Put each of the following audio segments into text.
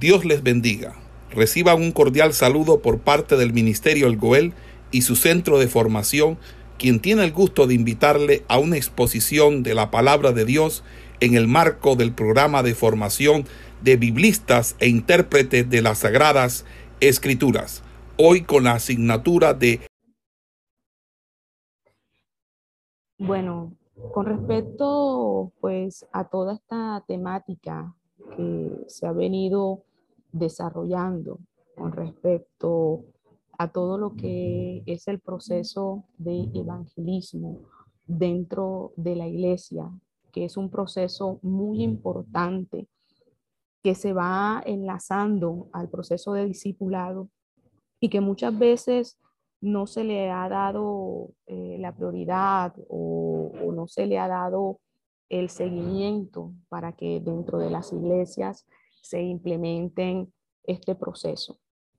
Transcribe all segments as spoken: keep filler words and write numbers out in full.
Dios les bendiga. Reciban un cordial saludo por parte del Ministerio El Goel y su centro de formación, quien tiene el gusto de invitarle a una exposición de la palabra de Dios en el marco del programa de formación de biblistas e intérpretes de las Sagradas Escrituras, hoy con la asignatura de... Bueno, con respecto pues a toda esta temática que se ha venido desarrollando con respecto a todo lo que es el proceso de evangelismo dentro de la iglesia, que es un proceso muy importante que se va enlazando al proceso de discipulado y que muchas veces no se le ha dado eh, la prioridad o, o no se le ha dado el seguimiento para que dentro de las iglesias se implementen este proceso.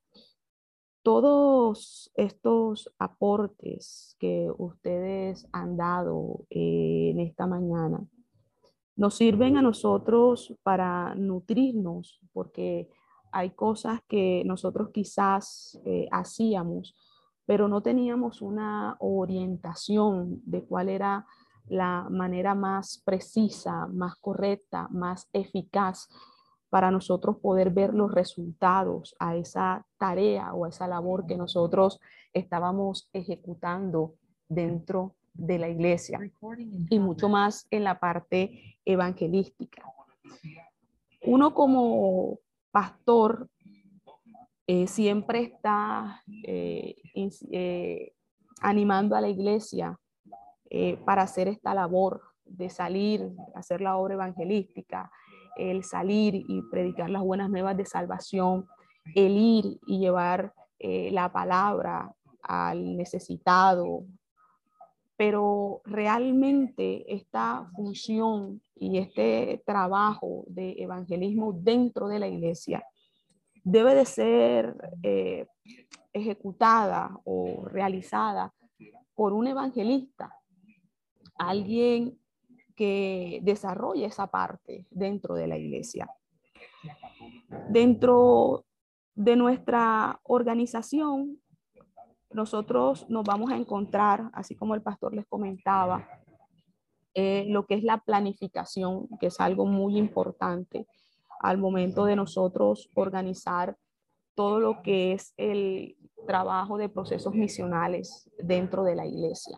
Todos estos aportes que ustedes han dado eh, en esta mañana nos sirven a nosotros para nutrirnos, porque hay cosas que nosotros quizás eh, hacíamos, pero no teníamos una orientación de cuál era la manera más precisa, más correcta, más eficaz para nosotros poder ver los resultados a esa tarea o a esa labor que nosotros estábamos ejecutando dentro de la iglesia y mucho más en la parte evangelística. Uno como pastor eh, siempre está eh, eh, animando a la iglesia eh, para hacer esta labor de salir, hacer la obra evangelística, el salir y predicar las buenas nuevas de salvación, el ir y llevar eh, la palabra al necesitado. Pero realmente esta función y este trabajo de evangelismo dentro de la iglesia debe de ser eh, ejecutada o realizada por un evangelista, alguien que desarrolle esa parte dentro de la iglesia. Dentro de nuestra organización, nosotros nos vamos a encontrar, así como el pastor les comentaba, eh, lo que es la planificación, que es algo muy importante al momento de nosotros organizar todo lo que es el trabajo de procesos misionales dentro de la iglesia.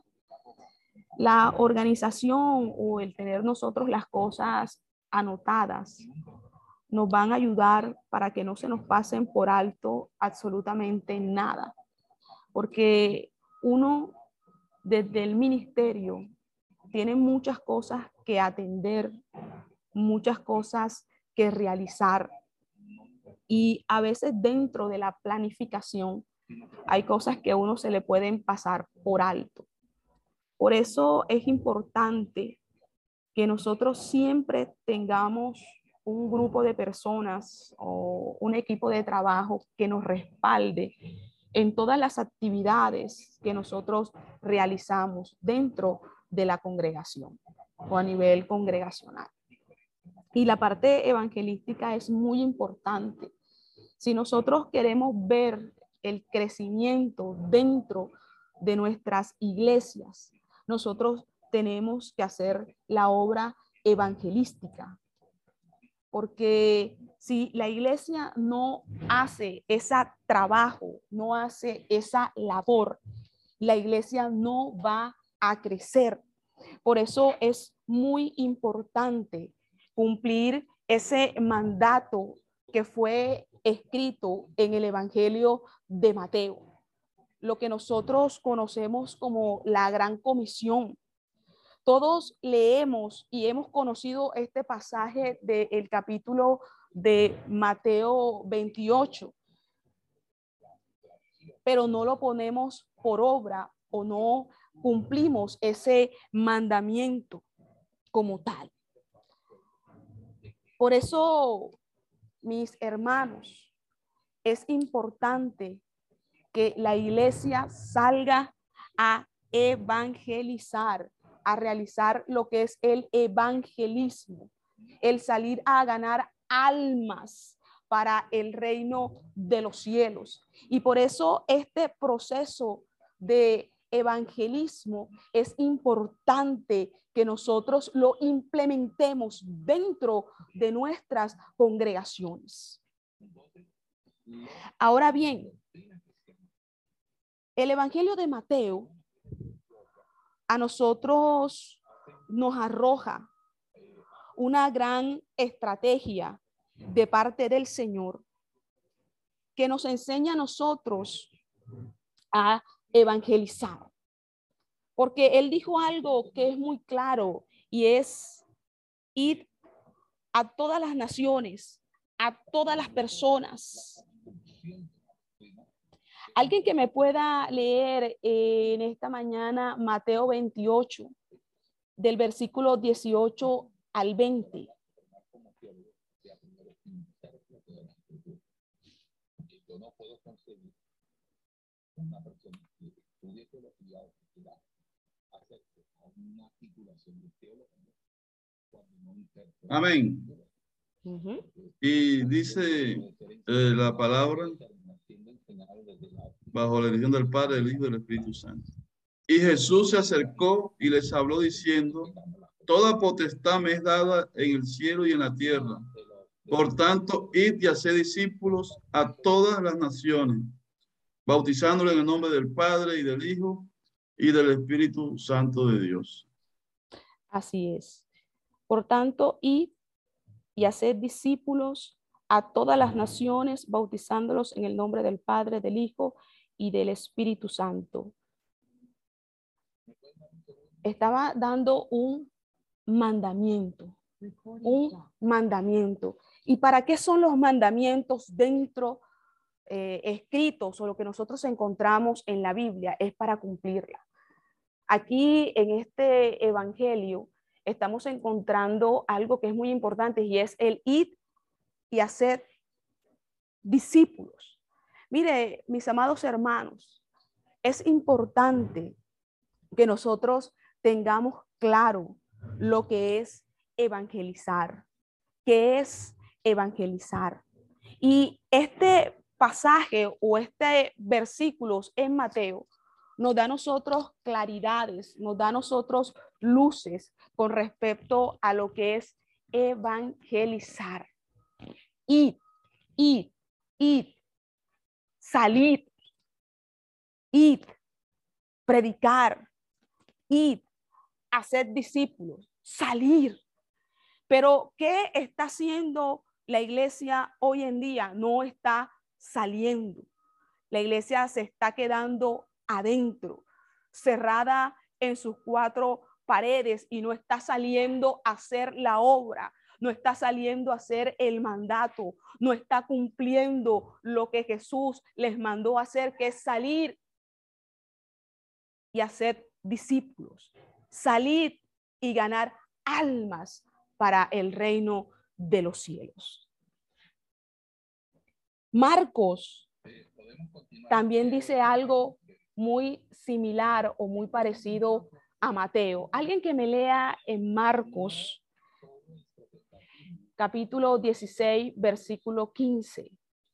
La organización o el tener nosotros las cosas anotadas nos van a ayudar para que no se nos pasen por alto absolutamente nada, porque uno desde el ministerio tiene muchas cosas que atender, muchas cosas que realizar, y a veces dentro de la planificación hay cosas que a uno se le pueden pasar por alto. Por eso es importante que nosotros siempre tengamos un grupo de personas o un equipo de trabajo que nos respalde en todas las actividades que nosotros realizamos dentro de la congregación o a nivel congregacional. Y la parte evangelística es muy importante. Si nosotros queremos ver el crecimiento dentro de nuestras iglesias, nosotros tenemos que hacer la obra evangelística. Porque si la iglesia no hace ese trabajo, no hace esa labor, la iglesia no va a crecer. Por eso es muy importante cumplir ese mandato que fue escrito en el Evangelio de Mateo, lo que nosotros conocemos como la Gran Comisión. Todos leemos y hemos conocido este pasaje del capítulo de Mateo veintiocho, pero no lo ponemos por obra o no cumplimos ese mandamiento como tal. Por eso, mis hermanos, es importante que la iglesia salga a evangelizar, a realizar lo que es el evangelismo, el salir a ganar almas para el reino de los cielos. Y por eso este proceso de evangelismo es importante que nosotros lo implementemos dentro de nuestras congregaciones. Ahora bien, el Evangelio de Mateo a nosotros nos arroja una gran estrategia de parte del Señor que nos enseña a nosotros a evangelizar. Porque Él dijo algo que es muy claro y es ir a todas las naciones, a todas las personas. Alguien que me pueda leer en esta mañana Mateo veintiocho, del versículo dieciocho al veinte. Yo no puedo conseguir una persona que estudie teología o que quiera hacerse a una titulación de teología cuando no interpreta. Amén. Uh-huh. Y dice eh, la palabra bajo la dirección del Padre, del Hijo y del Espíritu Santo. Y Jesús se acercó y les habló diciendo: toda potestad me es dada en el cielo y en la tierra. Por tanto, id y haced discípulos a todas las naciones, bautizándolos en el nombre del Padre y del Hijo y del Espíritu Santo de Dios. Así es. Por tanto, id y haced discípulos a todas las naciones, bautizándolos en el nombre del Padre, del Hijo y del Espíritu Santo. Estaba dando un mandamiento, un mandamiento. ¿Y para qué son los mandamientos dentro eh, escritos o lo que nosotros encontramos en la Biblia? Es para cumplirla. Aquí en este evangelio estamos encontrando algo que es muy importante y es el ir y hacer discípulos. Mire, mis amados hermanos, es importante que nosotros tengamos claro lo que es evangelizar. ¿Qué es evangelizar? Y este pasaje o este versículo en Mateo nos da a nosotros claridades, nos da a nosotros luces con respecto a lo que es evangelizar. Id, id, id, salid, id, predicar, id, hacer discípulos, salir. Pero ¿qué está haciendo la iglesia hoy en día? No está saliendo. La iglesia se está quedando adentro, cerrada en sus cuatro paredes y no está saliendo a hacer la obra, no está saliendo a hacer el mandato, no está cumpliendo lo que Jesús les mandó a hacer, que es salir y hacer discípulos, salir y ganar almas para el reino de los cielos. Marcos también dice algo muy similar o muy parecido a Mateo. Alguien que me lea en Marcos, capítulo dieciséis, versículo quince.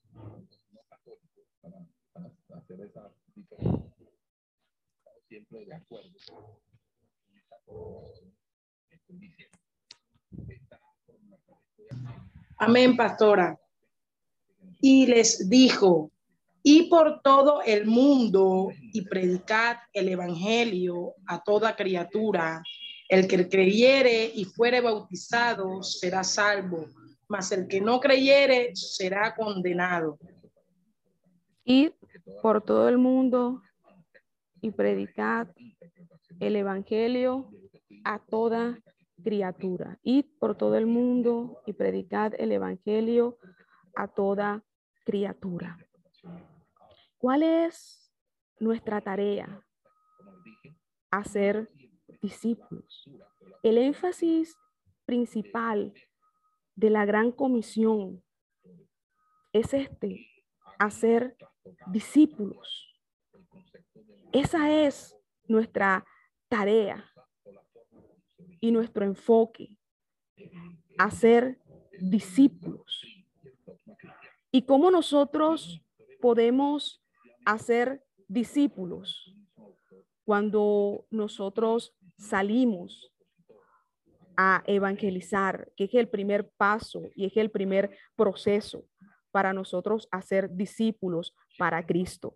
Amén, pastora. Y les dijo: y por todo el mundo y predicad el evangelio a toda criatura. El que creyere y fuere bautizado será salvo, mas el que no creyere será condenado. Id por todo el mundo y predicad el evangelio a toda criatura. Id por todo el mundo y predicad el evangelio a toda criatura. ¿Cuál es nuestra tarea? Hacer discípulos. El énfasis principal de la gran comisión es este: hacer discípulos. Esa es nuestra tarea y nuestro enfoque, hacer discípulos. ¿Y cómo nosotros podemos hacer discípulos? Cuando nosotros salimos a evangelizar, que es el primer paso y es el primer proceso para nosotros hacer discípulos para Cristo.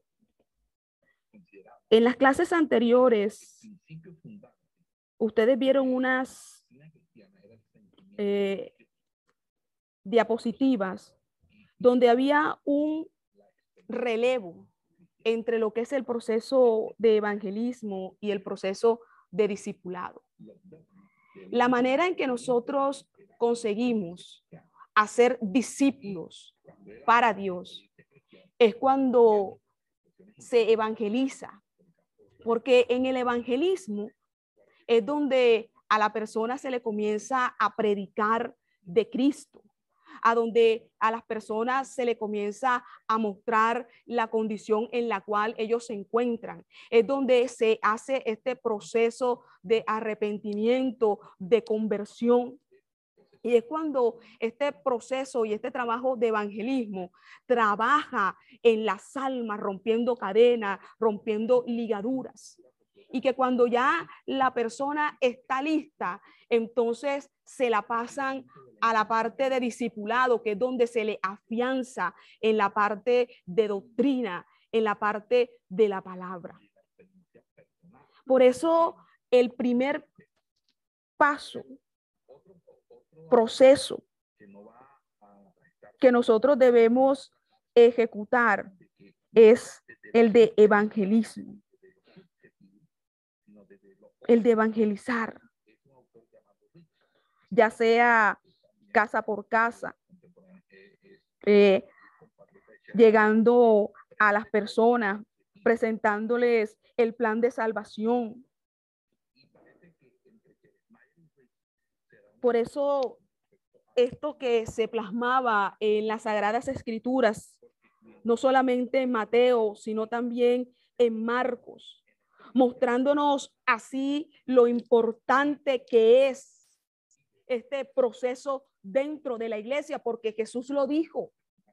En las clases anteriores, ustedes vieron unas eh, diapositivas donde había un relevo entre lo que es el proceso de evangelismo y el proceso de discipulado. La manera en que nosotros conseguimos hacer discípulos para Dios es cuando se evangeliza, porque en el evangelismo es donde a la persona se le comienza a predicar de Cristo, a donde a las personas se le comienza a mostrar la condición en la cual ellos se encuentran. Es donde se hace este proceso de arrepentimiento, de conversión. Y es cuando este proceso y este trabajo de evangelismo trabaja en las almas, rompiendo cadenas, rompiendo ligaduras. Y que cuando ya la persona está lista, entonces se la pasan a la parte de discipulado, que es donde se le afianza en la parte de doctrina, en la parte de la palabra. Por eso el primer paso, proceso que nosotros debemos ejecutar es el de evangelismo. El de evangelizar, ya sea casa por casa, eh, llegando a las personas, presentándoles el plan de salvación. Por eso, esto que se plasmaba en las Sagradas Escrituras, no solamente en Mateo, sino también en Marcos, mostrándonos así lo importante que es este proceso dentro de la iglesia, porque Jesús lo dijo.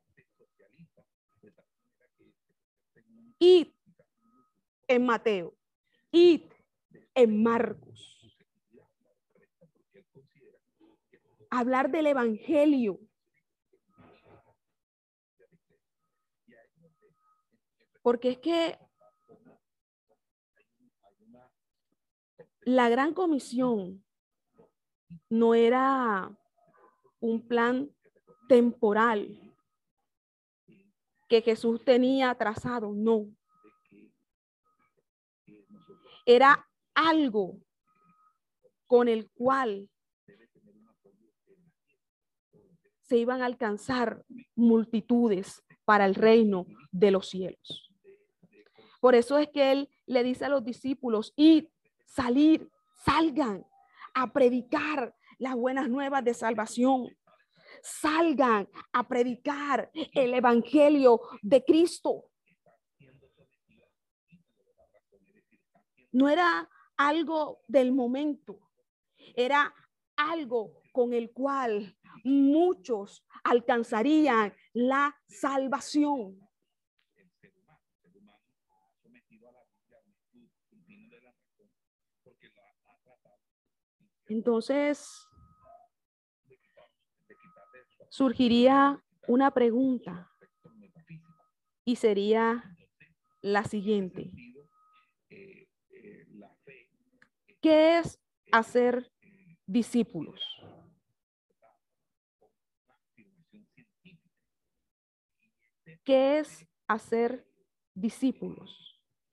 Id en Mateo, id en Marcos. Hablar del evangelio. Porque es que la gran comisión no era un plan temporal que Jesús tenía trazado, no. Era algo con el cual se iban a alcanzar multitudes para el reino de los cielos. Por eso es que él le dice a los discípulos, id, salir, salgan a predicar las buenas nuevas de salvación. Salgan a predicar el evangelio de Cristo. No era algo del momento, era algo con el cual muchos alcanzarían la salvación. Entonces, surgiría una pregunta y sería la siguiente. ¿Qué es hacer discípulos? ¿Qué es hacer discípulos?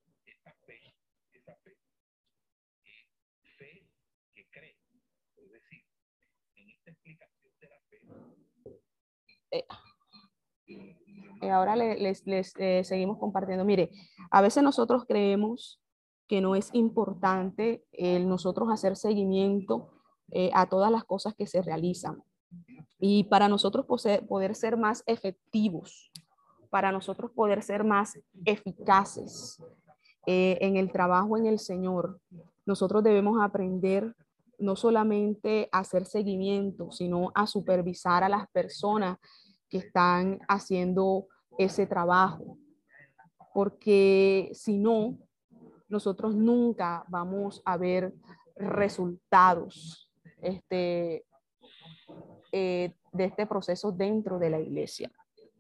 Eh, eh, ahora les, les, les eh, seguimos compartiendo. Mire, a veces nosotros creemos que no es importante el nosotros hacer seguimiento eh, a todas las cosas que se realizan. Y para nosotros poder, poder ser más efectivos, para nosotros poder ser más eficaces eh, en el trabajo en el Señor, nosotros debemos aprender no solamente a hacer seguimiento, sino a supervisar a las personas que están haciendo ese trabajo, porque si no, nosotros nunca vamos a ver resultados este, eh, de este proceso dentro de la iglesia.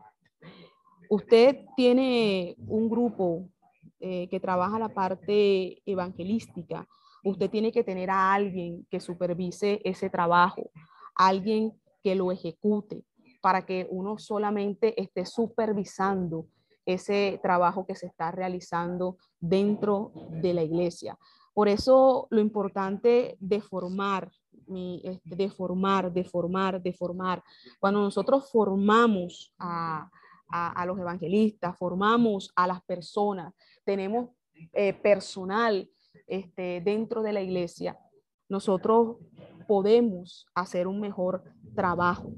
Usted tiene un grupo eh, que trabaja la parte evangelística. Usted tiene que tener a alguien que supervise ese trabajo, alguien que lo ejecute, para que uno solamente esté supervisando ese trabajo que se está realizando dentro de la iglesia. Por eso lo importante de formar, de formar, de formar, de formar. Cuando nosotros formamos a, a, a los evangelistas, formamos a las personas, tenemos eh, personal este, dentro de la iglesia, nosotros podemos hacer un mejor trabajo.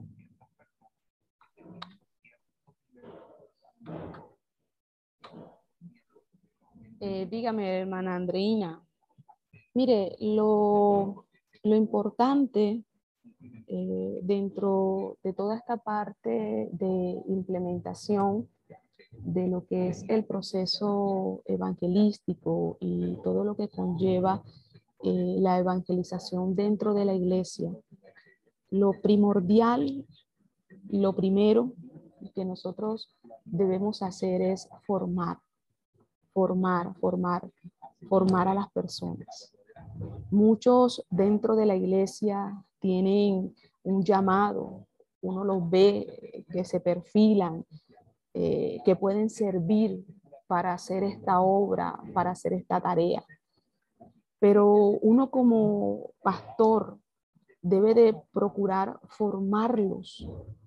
Eh, dígame, hermana Andreina, mire, lo, lo importante eh, dentro de toda esta parte de implementación de lo que es el proceso evangelístico y todo lo que conlleva eh, la evangelización dentro de la iglesia, lo primordial, lo primero que nosotros debemos hacer es formar. Formar, formar, formar a las personas. Muchos dentro de la iglesia tienen un llamado, uno los ve que se perfilan, eh, que pueden servir para hacer esta obra, para hacer esta tarea. Pero uno como pastor debe de procurar formarlos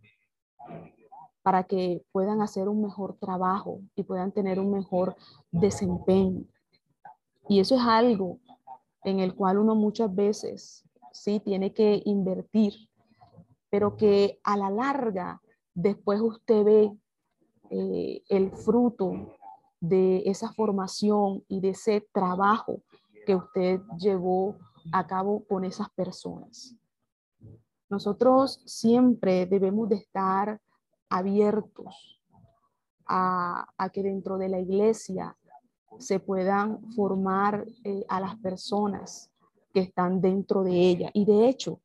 para que puedan hacer un mejor trabajo y puedan tener un mejor desempeño. Y eso es algo en el cual uno muchas veces sí tiene que invertir, pero que a la larga después usted ve eh, el fruto de esa formación y de ese trabajo que usted llevó a cabo con esas personas. Nosotros siempre debemos de estar abiertos a, a que dentro de la iglesia se puedan formar eh, a las personas que están dentro de ella. Y de hecho,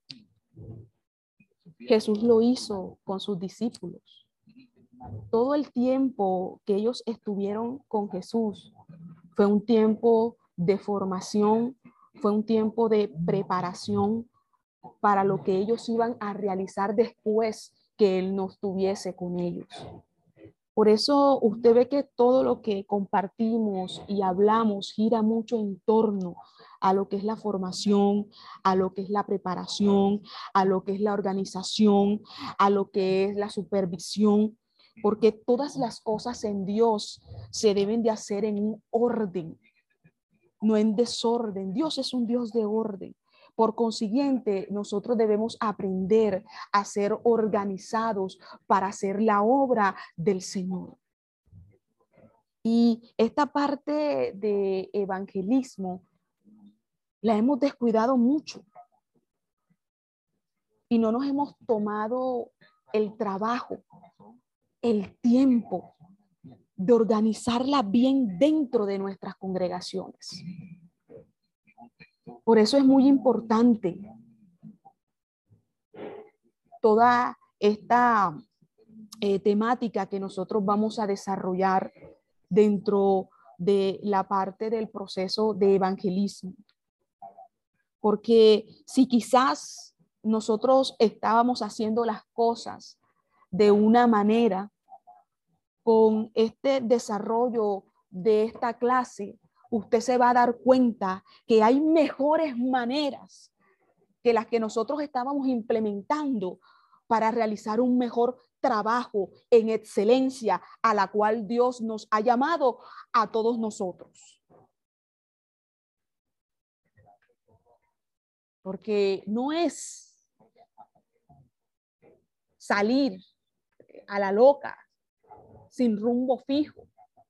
Jesús lo hizo con sus discípulos. Todo el tiempo que ellos estuvieron con Jesús fue un tiempo de formación, fue un tiempo de preparación para lo que ellos iban a realizar después que Él no estuviese con ellos. Por eso usted ve que todo lo que compartimos y hablamos gira mucho en torno a lo que es la formación, a lo que es la preparación, a lo que es la organización, a lo que es la supervisión, porque todas las cosas en Dios se deben de hacer en un orden, no en desorden. Dios es un Dios de orden. Por consiguiente, nosotros debemos aprender a ser organizados para hacer la obra del Señor. Y esta parte de evangelismo la hemos descuidado mucho y no nos hemos tomado el trabajo, el tiempo de organizarla bien dentro de nuestras congregaciones. Por eso es muy importante toda esta eh, temática que nosotros vamos a desarrollar dentro de la parte del proceso de evangelismo. Porque si quizás nosotros estábamos haciendo las cosas de una manera, con este desarrollo de esta clase, usted se va a dar cuenta que hay mejores maneras que las que nosotros estábamos implementando para realizar un mejor trabajo en excelencia a la cual Dios nos ha llamado a todos nosotros. Porque no es salir a la loca, sin rumbo fijo.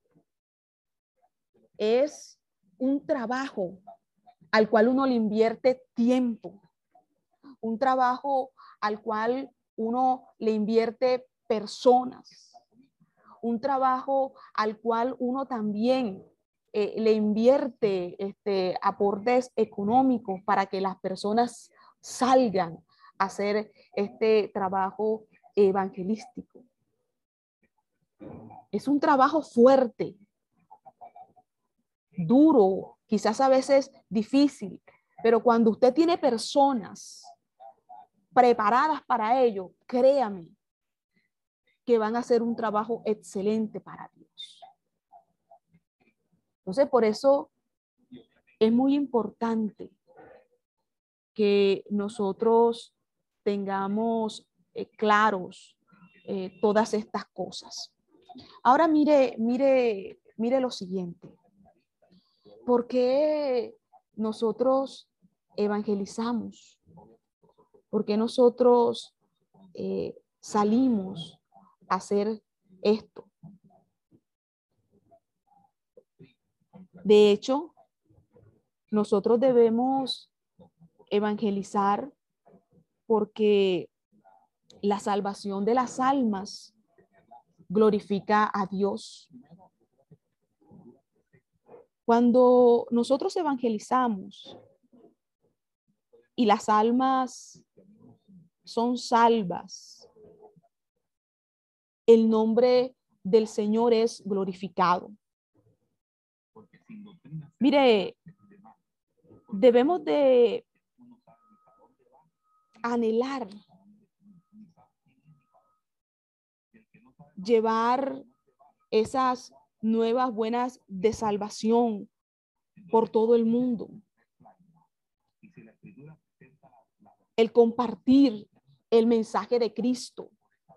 Es un trabajo al cual uno le invierte tiempo, un trabajo al cual uno le invierte personas, un trabajo al cual uno también eh, le invierte este, aportes económicos para que las personas salgan a hacer este trabajo evangelístico. Es un trabajo fuerte, duro, quizás a veces difícil, pero cuando usted tiene personas preparadas para ello, créame que van a hacer un trabajo excelente para Dios. Entonces, por eso es muy importante que nosotros tengamos eh, claros eh, todas estas cosas. Ahora mire, mire, mire lo siguiente. ¿Por qué nosotros evangelizamos? ¿Por qué nosotros eh, salimos a hacer esto? De hecho, nosotros debemos evangelizar porque la salvación de las almas glorifica a Dios. Cuando nosotros evangelizamos y las almas son salvas, el nombre del Señor es glorificado. Mire, debemos de anhelar llevar esas nuevas buenas de salvación por todo el mundo. El compartir el mensaje de Cristo.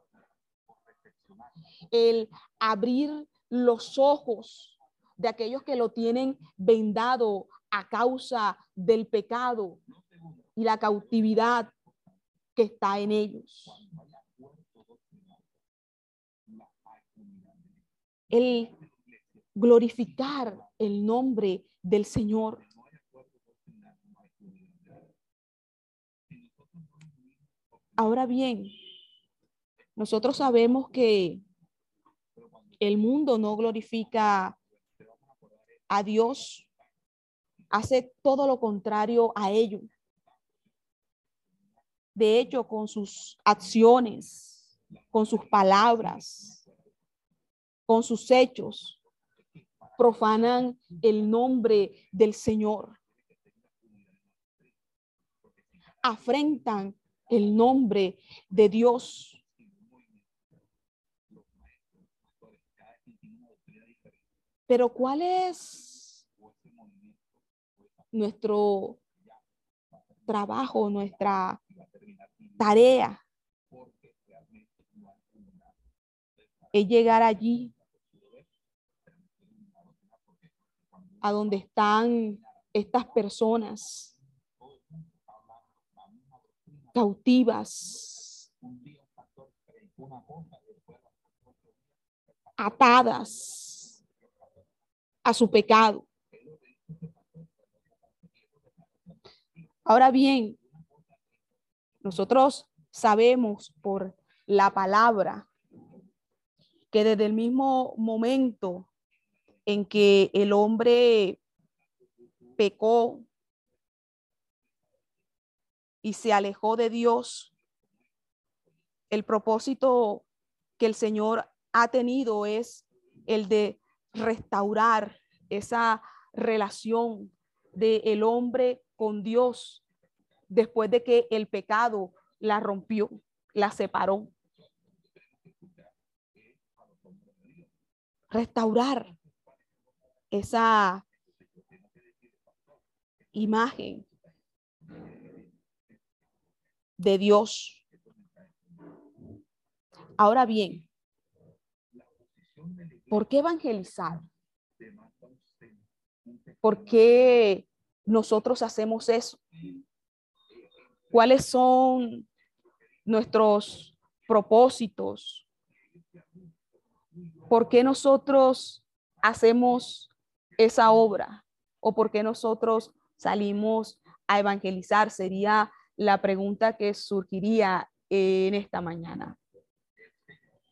El abrir los ojos de aquellos que lo tienen vendado a causa del pecado y la cautividad que está en ellos. El glorificar el nombre del Señor. Ahora bien, nosotros sabemos que el mundo no glorifica a Dios, hace todo lo contrario a ello. De hecho, con sus acciones, con sus palabras, con sus hechos, profanan el nombre del Señor. Afrentan el nombre de Dios. Pero ¿cuál es nuestro trabajo, nuestra tarea? Es llegar allí a donde están estas personas cautivas, atadas a su pecado. Ahora bien, nosotros sabemos por la palabra que desde el mismo momento en que el hombre pecó y se alejó de Dios, el propósito que el Señor ha tenido es el de restaurar esa relación del hombre con Dios después de que el pecado la rompió, la separó. Restaurar esa imagen de Dios. Ahora bien, ¿por qué evangelizar? ¿Por qué nosotros hacemos eso? ¿Cuáles son nuestros propósitos? ¿Por qué nosotros hacemos esa obra? ¿O por qué nosotros salimos a evangelizar? Sería la pregunta que surgiría en esta mañana.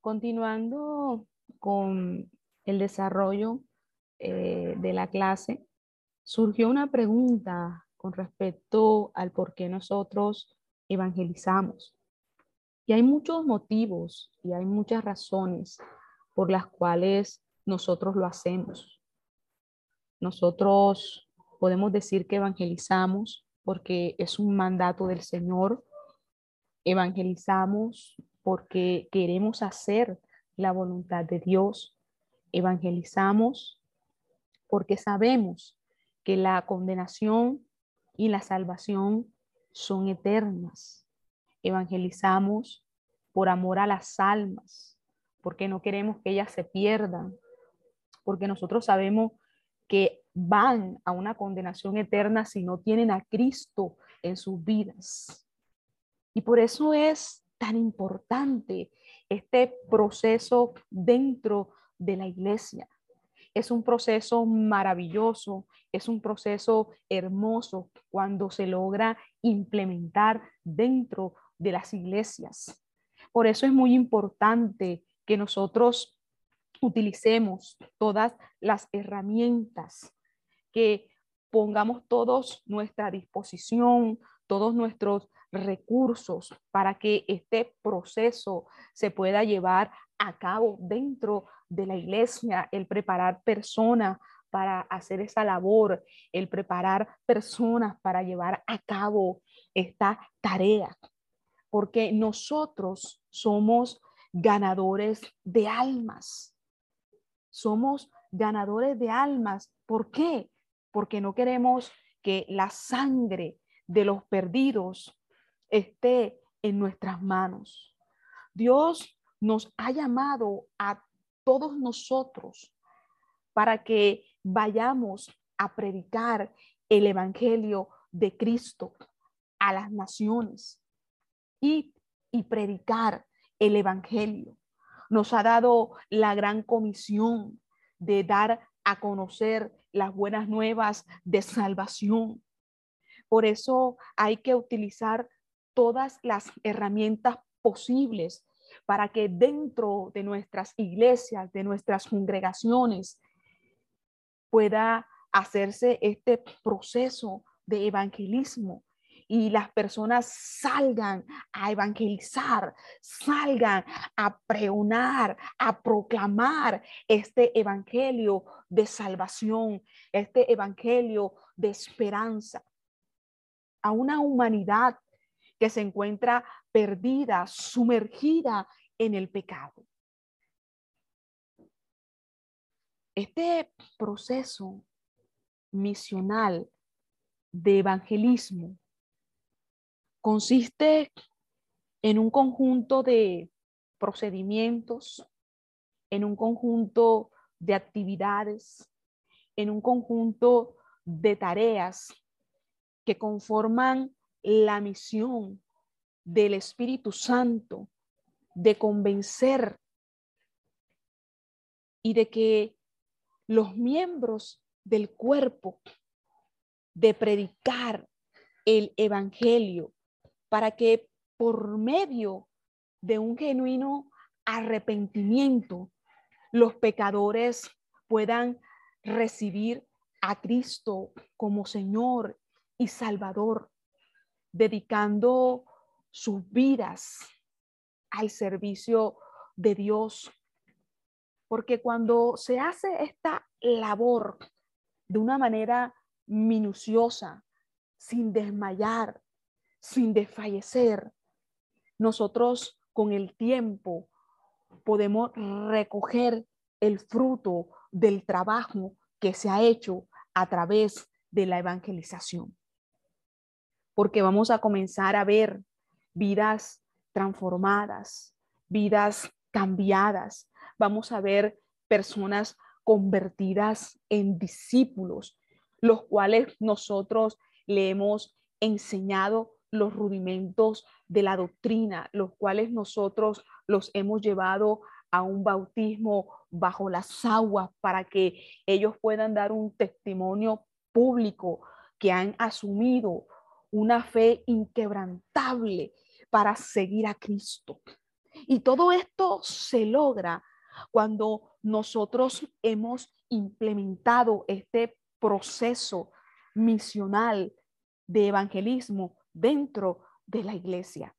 Continuando con el desarrollo eh, de la clase, surgió una pregunta con respecto al por qué nosotros evangelizamos. Y hay muchos motivos y hay muchas razones por las cuales nosotros lo hacemos. Nosotros podemos decir que evangelizamos porque es un mandato del Señor. Evangelizamos porque queremos hacer la voluntad de Dios. Evangelizamos porque sabemos que la condenación y la salvación son eternas. Evangelizamos por amor a las almas, porque no queremos que ellas se pierdan, porque nosotros sabemos que van a una condenación eterna si no tienen a Cristo en sus vidas. Y por eso es tan importante este proceso dentro de la iglesia. Es un proceso maravilloso, es un proceso hermoso cuando se logra implementar dentro de las iglesias. Por eso es muy importante que nosotros utilicemos todas las herramientas, que pongamos todos nuestra disposición, todos nuestros recursos para que este proceso se pueda llevar a cabo dentro de la iglesia, el preparar personas para hacer esa labor, el preparar personas para llevar a cabo esta tarea, porque nosotros somos ganadores de almas. Somos ganadores de almas. ¿Por qué? Porque no queremos que la sangre de los perdidos esté en nuestras manos. Dios nos ha llamado a todos nosotros para que vayamos a predicar el evangelio de Cristo a las naciones y, y predicar el evangelio. Nos ha dado la gran comisión de dar a conocer las buenas nuevas de salvación. Por eso hay que utilizar todas las herramientas posibles para que dentro de nuestras iglesias, de nuestras congregaciones, pueda hacerse este proceso de evangelismo y las personas salgan a evangelizar, salgan a pregonar, a proclamar este evangelio de salvación, este evangelio de esperanza a una humanidad que se encuentra perdida, sumergida en el pecado. Este proceso misional de evangelismo consiste en un conjunto de procedimientos, en un conjunto de actividades, en un conjunto de tareas que conforman la misión del Espíritu Santo de convencer y de que los miembros del cuerpo de predicar el evangelio para que por medio de un genuino arrepentimiento los pecadores puedan recibir a Cristo como Señor y Salvador, dedicando sus vidas al servicio de Dios. Porque cuando se hace esta labor de una manera minuciosa, sin desmayar, sin desfallecer, nosotros con el tiempo podemos recoger el fruto del trabajo que se ha hecho a través de la evangelización. Porque vamos a comenzar a ver vidas transformadas, vidas cambiadas. Vamos a ver personas convertidas en discípulos, los cuales nosotros le hemos enseñado los rudimentos de la doctrina, los cuales nosotros los hemos llevado a un bautismo bajo las aguas para que ellos puedan dar un testimonio público que han asumido una fe inquebrantable para seguir a Cristo. Y todo esto se logra cuando nosotros hemos implementado este proceso misional de evangelismo dentro de la iglesia.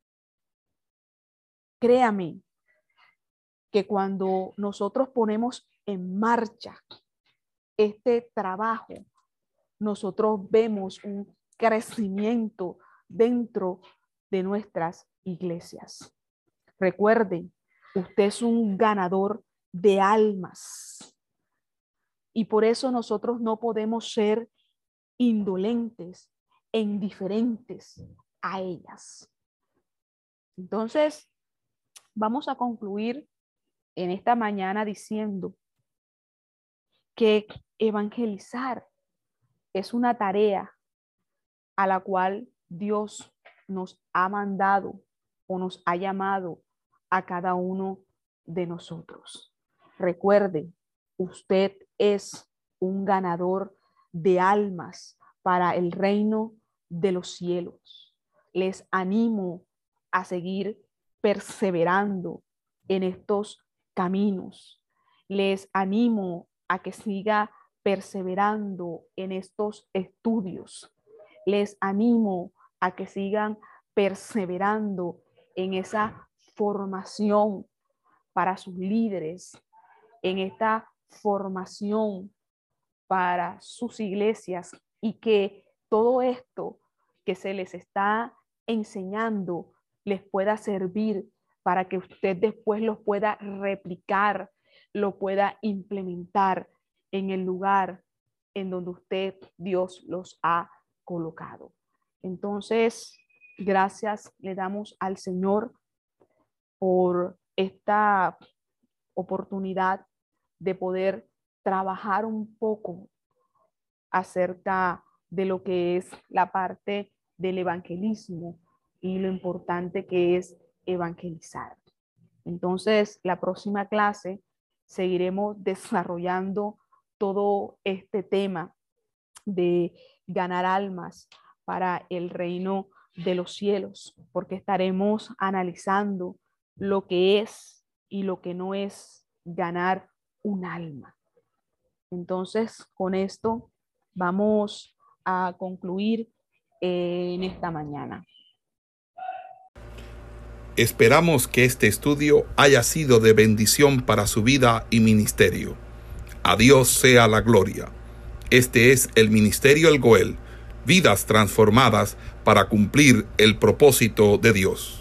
Créame que cuando nosotros ponemos en marcha este trabajo, nosotros vemos un crecimiento dentro de nuestras iglesias. Recuerden, usted es un ganador de almas y por eso nosotros no podemos ser indolentes e indiferentes a ellas. Entonces, vamos a concluir en esta mañana diciendo que evangelizar es una tarea a la cual Dios nos ha mandado o nos ha llamado a cada uno de nosotros. Recuerde, usted es un ganador de almas para el reino de los cielos. Les animo a seguir perseverando en estos caminos. Les animo a que siga perseverando en estos estudios. Les animo a que sigan perseverando en esa formación para sus líderes, en esta formación para sus iglesias, y que todo esto que se les está enseñando les pueda servir para que usted después lo pueda replicar, lo pueda implementar en el lugar en donde usted, Dios, los ha colocado. Entonces, gracias le damos al Señor por esta oportunidad de poder trabajar un poco acerca de lo que es la parte del evangelismo y lo importante que es evangelizar. Entonces, la próxima clase seguiremos desarrollando todo este tema de ganar almas para el reino de los cielos, porque estaremos analizando lo que es y lo que no es ganar un alma. Entonces, con esto vamos a concluir en esta mañana. Esperamos que este estudio haya sido de bendición para su vida y ministerio. A Dios sea la gloria. Este es el Ministerio El Goel, vidas transformadas para cumplir el propósito de Dios.